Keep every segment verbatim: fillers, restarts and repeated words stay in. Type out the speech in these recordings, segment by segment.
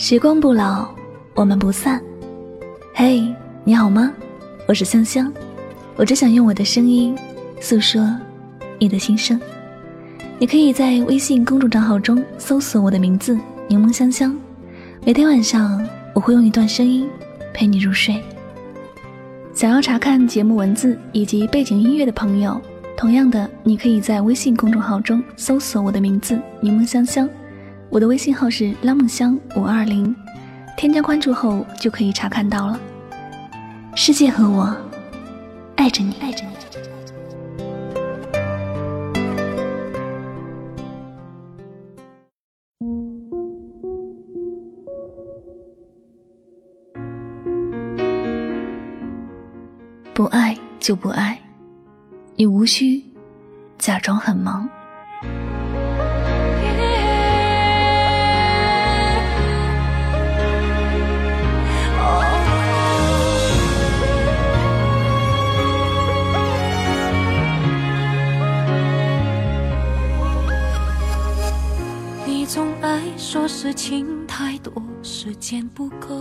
时光不老，我们不散。嘿，你好吗？我是香香，我只想用我的声音诉说你的心声。你可以在微信公众账号中搜索我的名字柠檬香香，每天晚上我会用一段声音陪你入睡。想要查看节目文字以及背景音乐的朋友，同样的，你可以在微信公众号中搜索我的名字柠檬香香，我的微信号是拉梦香五二零，添加关注后就可以查看到了。世界和我爱着你，爱着你。不爱就不爱，你无需假装很忙。 你总爱说事情太多，时间不够。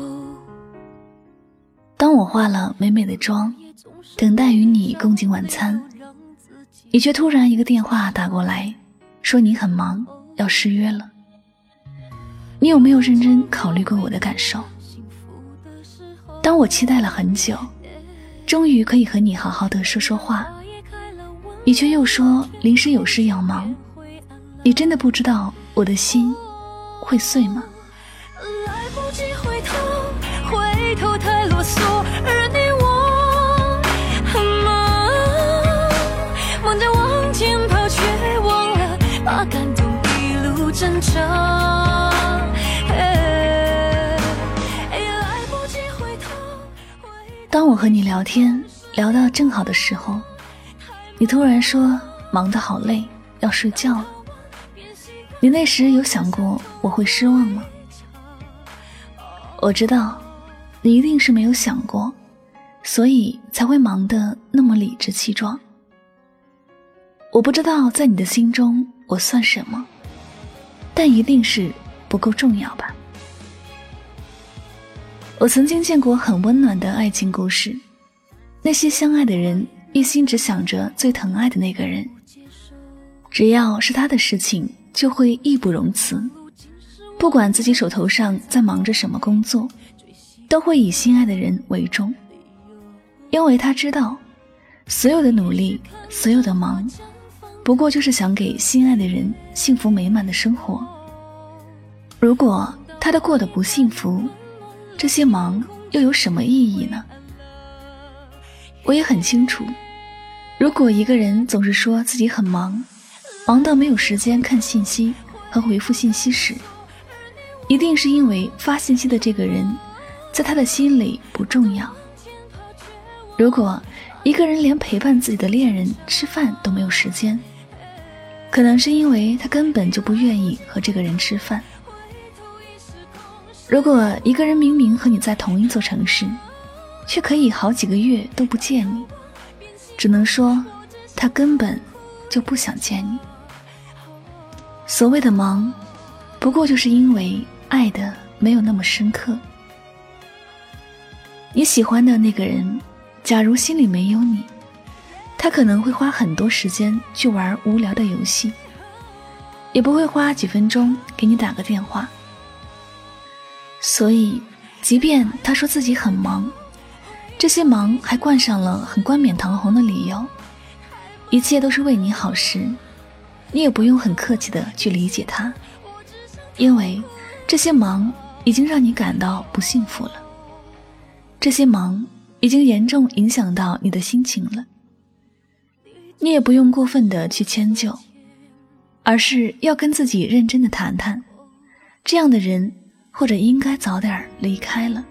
当我化了美美的妆，等待与你共进晚餐，你却突然一个电话打过来，说你很忙，要失约了。你有没有认真考虑过我的感受？当我期待了很久，终于可以和你好好的说说话，你却又说临时有事要忙。你真的不知道我的心会碎吗？ 来不及回头，回头太啰嗦，而你我很忙，忙着往前跑，却忘了把感动一路珍藏。来不及回头。 当我和你聊天聊到正好的时候，你突然说忙得好累，要睡觉了。你那时有想过我会失望吗？我知道你一定是没有想过，所以才会忙得那么理直气壮。我不知道在你的心中我算什么，但一定是不够重要吧。我曾经见过很温暖的爱情故事，那些相爱的人一心只想着最疼爱的那个人，只要是他的事情就会义不容辞，不管自己手头上在忙着什么工作，都会以心爱的人为重，因为他知道所有的努力，所有的忙，不过就是想给心爱的人幸福美满的生活。如果他的过得不幸福，这些忙又有什么意义呢？我也很清楚，如果一个人总是说自己很忙，忙到没有时间看信息和回复信息时，一定是因为发信息的这个人在他的心里不重要。如果一个人连陪伴自己的恋人吃饭都没有时间，可能是因为他根本就不愿意和这个人吃饭。如果一个人明明和你在同一座城市，却可以好几个月都不见你，只能说他根本就不想见你。所谓的忙，不过就是因为爱的没有那么深刻。你喜欢的那个人，假如心里没有你，他可能会花很多时间去玩无聊的游戏，也不会花几分钟给你打个电话。所以即便他说自己很忙，这些忙还冠上了很冠冕堂皇的理由，一切都是为你好时，你也不用很客气的去理解他，因为这些忙已经让你感到不幸福了，这些忙已经严重影响到你的心情了。你也不用过分的去迁就，而是要跟自己认真的谈谈，这样的人或者应该早点离开了。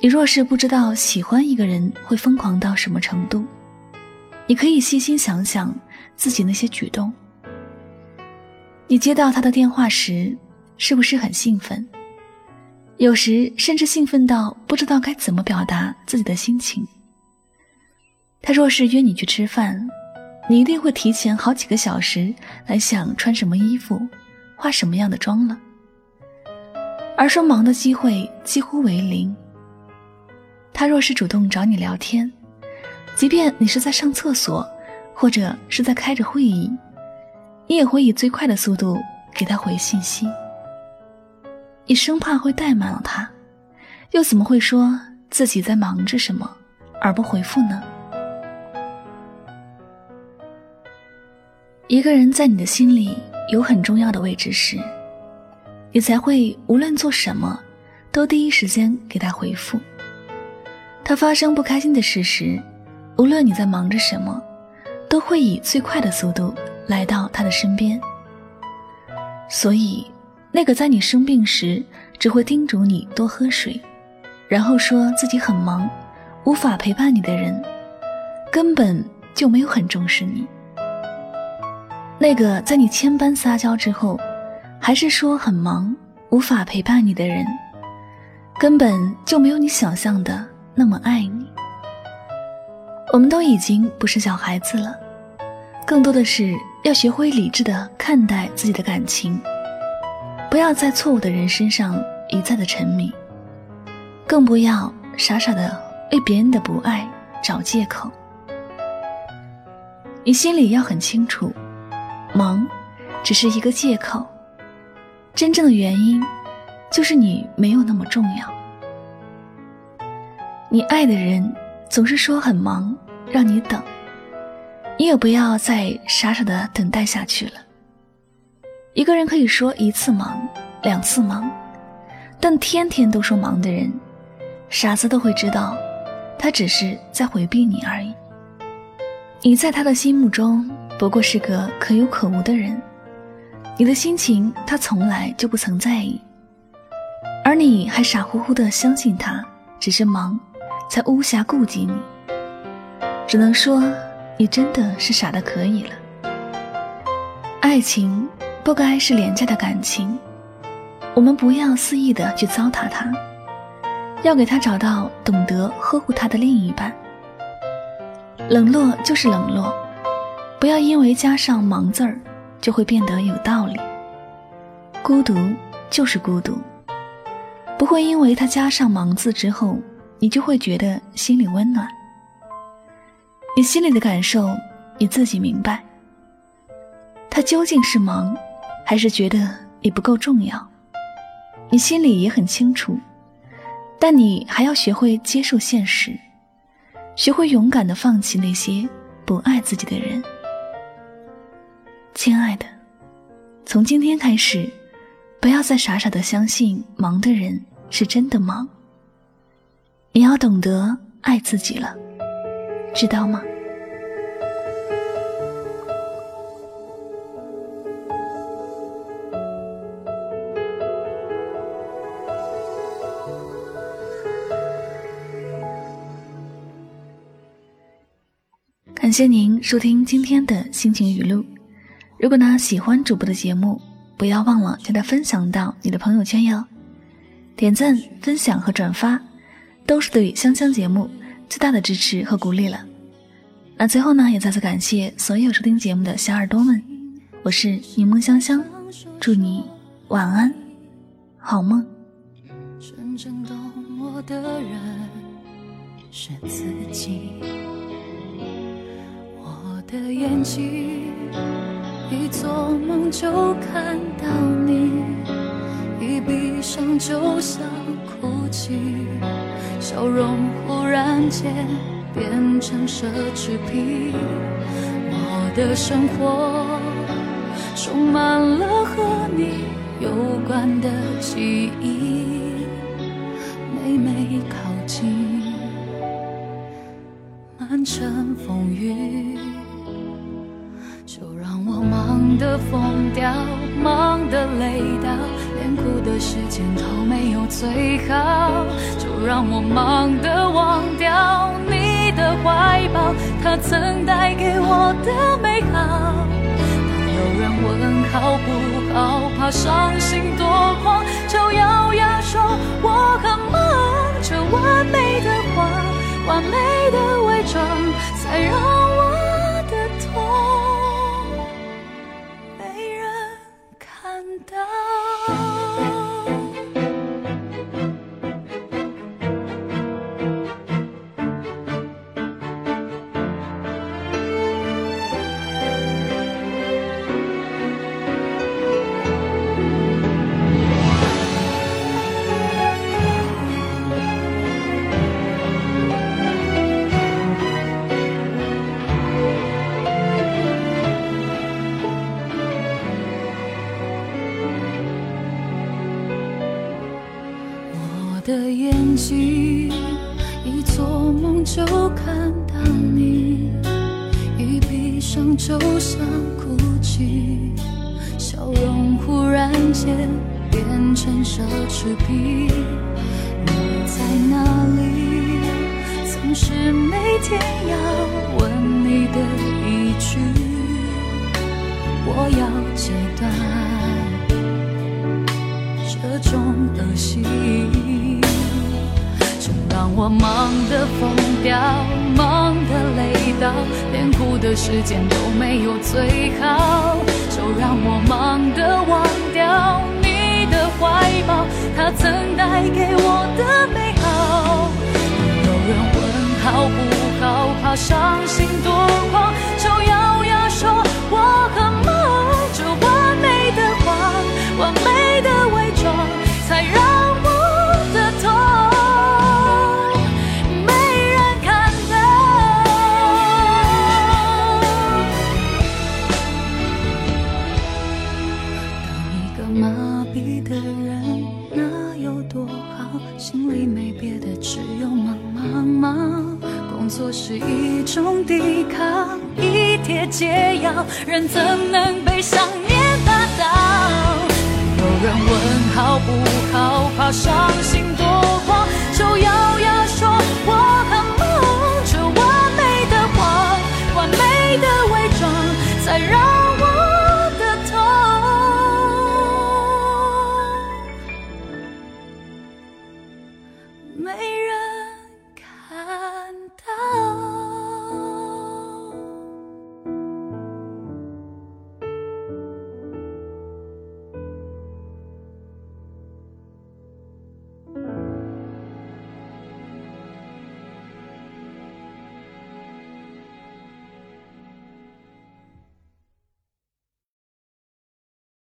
你若是不知道喜欢一个人会疯狂到什么程度，你可以细心想想自己那些举动。你接到他的电话时，是不是很兴奋？有时甚至兴奋到不知道该怎么表达自己的心情。他若是约你去吃饭，你一定会提前好几个小时来想穿什么衣服，化什么样的妆了。而说忙的机会几乎为零。他若是主动找你聊天，即便你是在上厕所，或者是在开着会议，你也会以最快的速度给他回信息。你生怕会怠慢了他，又怎么会说自己在忙着什么而不回复呢？一个人在你的心里有很重要的位置时，你才会无论做什么都第一时间给他回复。他发生不开心的事时，无论你在忙着什么，都会以最快的速度来到他的身边。所以那个在你生病时只会叮嘱你多喝水，然后说自己很忙无法陪伴你的人，根本就没有很重视你。那个在你千般撒娇之后还是说很忙无法陪伴你的人，根本就没有你想象的那么爱你。我们都已经不是小孩子了，更多的是要学会理智地看待自己的感情，不要在错误的人身上一再的沉迷，更不要傻傻的为别人的不爱找借口。你心里要很清楚，忙只是一个借口，真正的原因就是你没有那么重要。你爱的人总是说很忙让你等，你也不要再傻傻的等待下去了。一个人可以说一次忙两次忙，但天天都说忙的人，傻子都会知道他只是在回避你而已。你在他的心目中不过是个可有可无的人，你的心情他从来就不曾在意，而你还傻乎乎地相信他只是忙才无暇顾及你。只能说你真的是傻得可以了。爱情不该是廉价的感情，我们不要肆意地去糟蹋它，要给他找到懂得呵护他的另一半。冷落就是冷落，不要因为加上忙字儿就会变得有道理。孤独就是孤独，不会因为他加上忙字之后你就会觉得心里温暖。你心里的感受你自己明白，他究竟是忙还是觉得你不够重要，你心里也很清楚，但你还要学会接受现实，学会勇敢地放弃那些不爱自己的人。亲爱的，从今天开始，不要再傻傻地相信忙的人是真的忙，你要懂得爱自己了，知道吗？感谢您收听今天的心情语录。如果呢喜欢主播的节目，不要忘了将它分享到你的朋友圈哟。点赞、分享和转发都是对香香节目最大的支持和鼓励了。那最后呢，也再次感谢所有收听节目的小耳朵们，我是柠檬香香，祝你晚安，好梦。 真正懂我的人是自己，我的眼睛一做梦就看到你，一闭上就想哭泣，笑容忽然间变成奢侈品。我的生活充满了和你有关的记忆，每每靠近满城风雨，就让我忙得疯掉，忙得累到连哭的时间都没有最好，就让我忙得忘掉你的怀抱，它曾带给我的美好。当有人问好不好，怕伤心多狂，就咬牙说我很忙，这完美的谎，完美的伪装，才让我的痛没人看到。我的眼睛一做梦就看到你，一闭上就想哭泣，笑容忽然间变成奢侈品。你在哪里？总是每天要问你的一句，我要戒断这种恶习，就让我忙得疯掉，忙得累到，连哭的时间都没有最好，就让我忙得忘掉你的怀抱，它曾带给我的美好。有人问好不好，怕伤心多狂，就咬牙说我很忙，这完美的谎，完美的伪装，才让我的痛没人看到。当一个麻痹的人，那有多好？心里没别的，只有忙忙忙。工作是一种抵抗，一帖解药，人怎能被想念打倒？有人问好不好，怕伤心多狂，就咬牙说我很忙，这完美的谎，完美的伪装，才让我的痛没